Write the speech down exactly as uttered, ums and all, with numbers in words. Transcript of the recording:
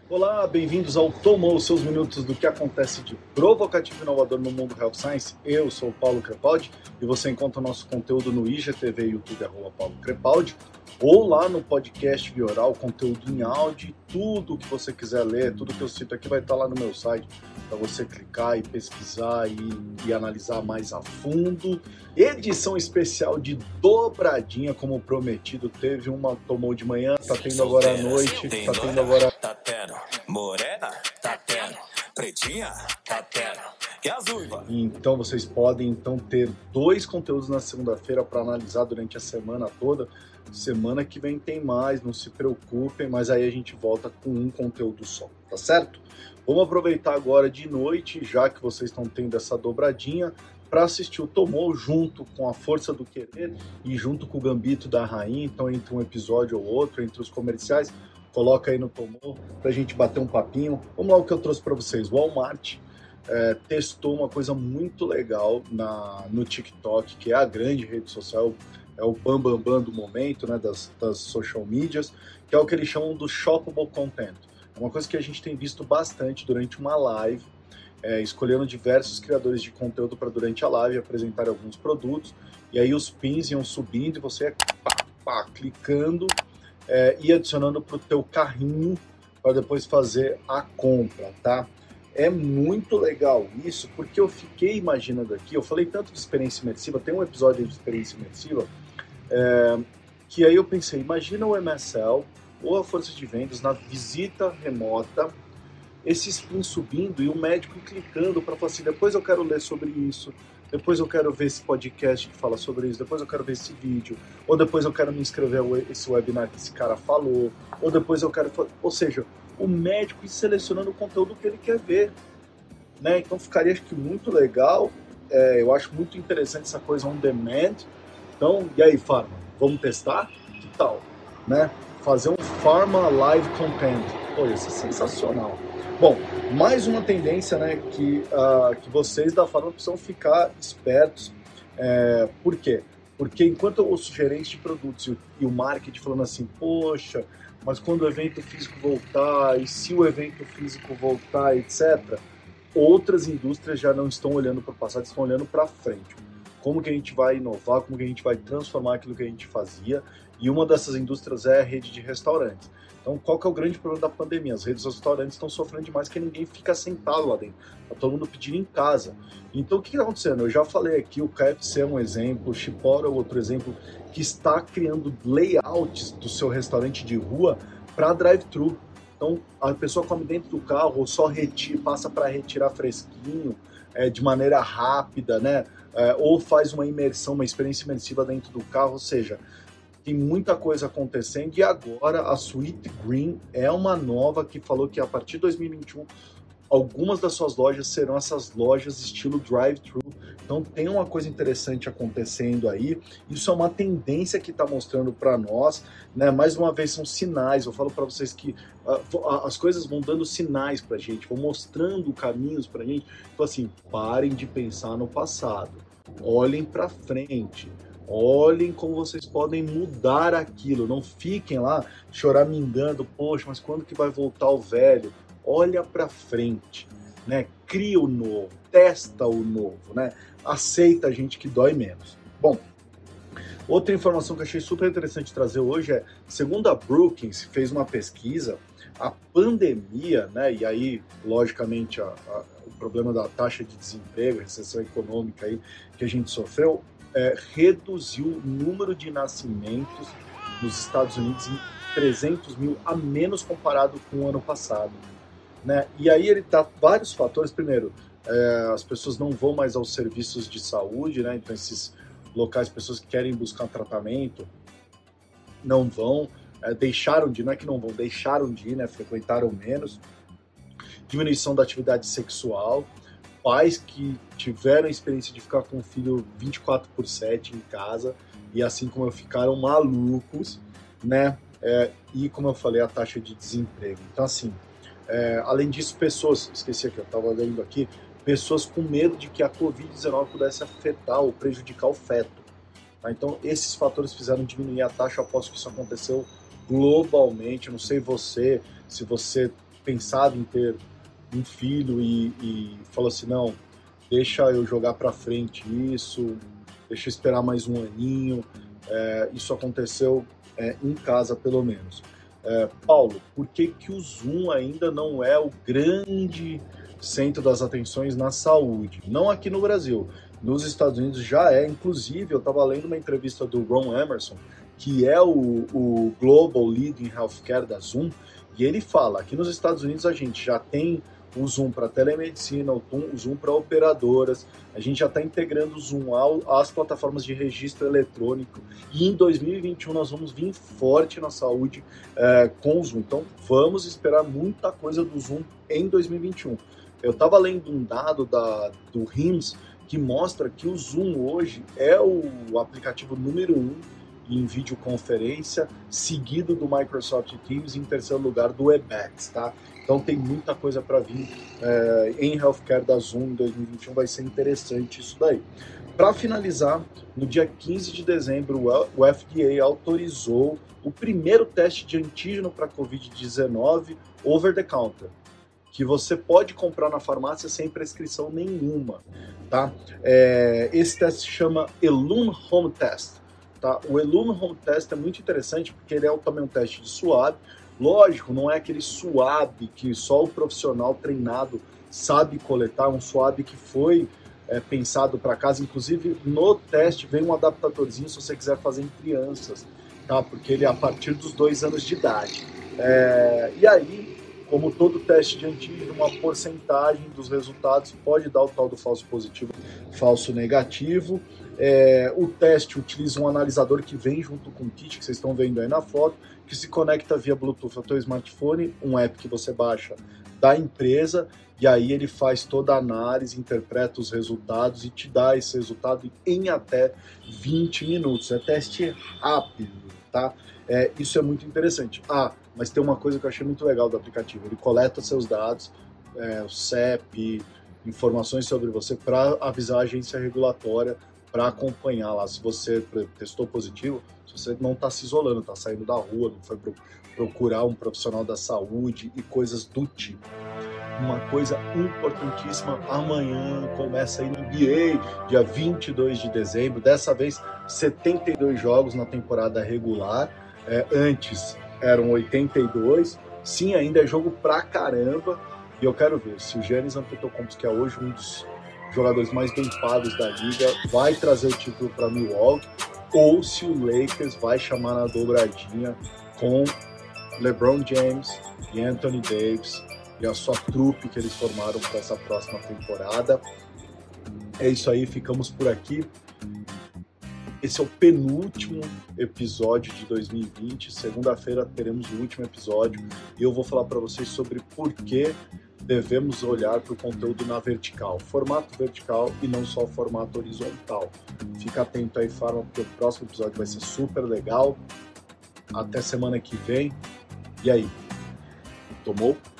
Olá, bem-vindos ao Tomou, seus minutos do que acontece de provocativo e inovador no mundo Health Science. Eu sou o Paulo Crepaldi e você encontra o nosso conteúdo no I G T V e YouTube, arroba Paulo Crepaldi, ou lá no podcast Via Oral, conteúdo em áudio, tudo que você quiser ler, tudo que eu cito aqui vai estar lá no meu site para você clicar e pesquisar e, e analisar mais a fundo. Edição especial de dobradinha, como prometido, teve uma tomou de manhã, tá tendo agora à noite, tá tendo agora... Tá tendo morena, tá tendo pretinha, tá tendo e azul. Então vocês podem então ter dois conteúdos na segunda-feira para analisar durante a semana toda. Semana que vem tem mais, não se preocupem, mas aí a gente volta com um conteúdo só, tá certo? Vamos aproveitar agora de noite, já que vocês estão tendo essa dobradinha, para assistir o Tomou junto com a Força do Querer e junto com o Gambito da Rainha. Então entre um episódio ou outro, entre os comerciais, coloca aí no Tomou pra gente bater um papinho. Vamos lá o que eu trouxe para vocês. O Walmart é, testou uma coisa muito legal na, no TikTok, que é a grande rede social, é o bambambam bam, bam do momento, né, das, das social medias, que é o que eles chamam do shoppable content. É uma coisa que a gente tem visto bastante durante uma live, é, escolhendo diversos criadores de conteúdo para durante a live apresentar alguns produtos, e aí os pins iam subindo e você pá, pá, clicando É, e adicionando para o teu carrinho para depois fazer a compra, tá? É muito legal isso, porque eu fiquei imaginando aqui, eu falei tanto de experiência imersiva, tem um episódio de experiência imersiva, é, que aí eu pensei, imagina o M S L ou a força de vendas na visita remota, esses pins subindo e o médico clicando para falar assim, depois eu quero ler sobre isso, depois eu quero ver esse podcast que fala sobre isso, depois eu quero ver esse vídeo, ou depois eu quero me inscrever nesse webinar que esse cara falou, ou depois eu quero... Ou seja, o médico ir selecionando o conteúdo que ele quer ver, né? Então ficaria, acho que, muito legal, é, eu acho muito interessante essa coisa on demand. Então, e aí, Pharma, vamos testar? Que tal? Né? Fazer um Pharma Live Content. Pô, isso é sensacional. Bom, mais uma tendência, né, que, uh, que vocês da Pharma precisam ficar espertos. É, por quê? Porque enquanto os gerentes de produtos e o, e o marketing falando assim, poxa, mas quando o evento físico voltar, e se o evento físico voltar, etcétera, outras indústrias já não estão olhando para o passado, estão olhando para frente. Como que a gente vai inovar, como que a gente vai transformar aquilo que a gente fazia, e uma dessas indústrias é a rede de restaurantes. Então, qual que é o grande problema da pandemia? As redes de restaurantes estão sofrendo demais, que ninguém fica sentado lá dentro. Está todo mundo pedindo em casa. Então, o que está acontecendo? Eu já falei aqui, o K F C é um exemplo, o Chipotle é outro exemplo, que está criando layouts do seu restaurante de rua para drive-thru. Então, a pessoa come dentro do carro ou só retira, passa para retirar fresquinho, é, de maneira rápida, né? É, ou faz uma imersão, uma experiência imersiva dentro do carro, ou seja... Tem muita coisa acontecendo e agora a Sweet Green é uma nova que falou que a partir de dois mil e vinte e um algumas das suas lojas serão essas lojas estilo drive-thru. Então tem uma coisa interessante acontecendo aí. Isso é uma tendência que está mostrando para nós, né? Mais uma vez são sinais. Eu falo para vocês que uh, as coisas vão dando sinais para a gente, vão mostrando caminhos para a gente. Então assim, parem de pensar no passado, olhem para frente. Olhem como vocês podem mudar aquilo, não fiquem lá choramingando, poxa, mas quando que vai voltar o velho? Olha para frente, né? Cria o novo, testa o novo, né? Aceita a gente que dói menos. Bom, outra informação que eu achei super interessante trazer hoje é, segundo a Brookings, fez uma pesquisa, a pandemia, né? E aí, logicamente, a, a, o problema da taxa de desemprego, a recessão econômica aí que a gente sofreu, É, reduziu o número de nascimentos nos Estados Unidos em trezentos mil a menos comparado com o ano passado, né? E aí ele dá vários fatores. Primeiro, é, as pessoas não vão mais aos serviços de saúde, né? Então esses locais, pessoas que querem buscar tratamento, não vão, é, deixaram de ir, não é que não vão, deixaram de ir, né? Frequentaram menos. Diminuição da atividade sexual. Pais que tiveram a experiência de ficar com o filho vinte e quatro por sete em casa e assim como eu ficaram malucos, né? É, e como eu falei, a taxa de desemprego. Então assim, é, além disso, pessoas, esqueci aqui, eu estava lendo aqui, pessoas com medo de que a covid dezenove pudesse afetar ou prejudicar o feto. Tá? Então esses fatores fizeram diminuir a taxa, eu aposto que isso aconteceu globalmente. Eu não sei você, se você pensado em ter um filho e, e falou assim, não, deixa eu jogar para frente isso, deixa eu esperar mais um aninho. É, isso aconteceu é, em casa, pelo menos. É, Paulo, por que, que o Zoom ainda não é o grande centro das atenções na saúde? Não aqui no Brasil. Nos Estados Unidos já é. Inclusive, eu estava lendo uma entrevista do Ron Emerson, que é o, o Global Lead in Healthcare da Zoom, e ele fala, aqui nos Estados Unidos a gente já tem o Zoom para telemedicina, o Zoom para operadoras, a gente já está integrando o Zoom às plataformas de registro eletrônico, e em dois mil e vinte e um nós vamos vir forte na saúde é, com o Zoom. Então vamos esperar muita coisa do Zoom em dois mil e vinte e um. Eu estava lendo um dado da, do R I M S que mostra que o Zoom hoje é o aplicativo número um em videoconferência, seguido do Microsoft Teams, em terceiro lugar do Webex, tá? Então tem muita coisa para vir é, em healthcare da Zoom em dois mil e vinte e um, vai ser interessante isso daí. Para finalizar, no dia quinze de dezembro, o F D A autorizou o primeiro teste de antígeno para covid dezenove over the counter, que você pode comprar na farmácia sem prescrição nenhuma, tá? É, esse teste se chama Elun Home Test. Tá? O Elun Home Test é muito interessante porque ele é também um teste de swab. Lógico, não é aquele swab que só o profissional treinado sabe coletar, é um swab que foi é, pensado para casa. Inclusive, no teste vem um adaptadorzinho se você quiser fazer em crianças, tá? Porque ele é a partir dos dois anos de idade. É, e aí, como todo teste de antígeno, uma porcentagem dos resultados pode dar o tal do falso positivo, falso negativo. É, o teste utiliza um analisador que vem junto com o kit, que vocês estão vendo aí na foto, que se conecta via Bluetooth ao teu smartphone, um app que você baixa da empresa, e aí ele faz toda a análise, interpreta os resultados e te dá esse resultado em até vinte minutos. É teste rápido, tá? É, isso é muito interessante. Ah, mas tem uma coisa que eu achei muito legal do aplicativo. Ele coleta seus dados, é, o C E P, informações sobre você, para avisar a agência regulatória, para acompanhar lá. Se você testou positivo, se você não está se isolando, está saindo da rua, não foi procurar um profissional da saúde e coisas do tipo. Uma coisa importantíssima, amanhã começa a N B A, dia vinte e dois de dezembro, dessa vez setenta e dois jogos na temporada regular, é, antes eram oitenta e dois, sim, ainda é jogo pra caramba, e eu quero ver se o Giannis Antetokounmpo, que é hoje um dos jogadores mais bem pagos da liga, vai trazer o título para Milwaukee, ou se o Lakers vai chamar na dobradinha com LeBron James e Anthony Davis e a sua trupe que eles formaram para essa próxima temporada. É isso aí, ficamos por aqui. Esse é o penúltimo episódio de dois mil e vinte. Segunda-feira teremos o último episódio e eu vou falar para vocês sobre por que devemos olhar para o conteúdo na vertical, formato vertical e não só formato horizontal. Fica atento aí, Farma, porque o próximo episódio vai ser super legal. Até semana que vem. E aí? Tomou?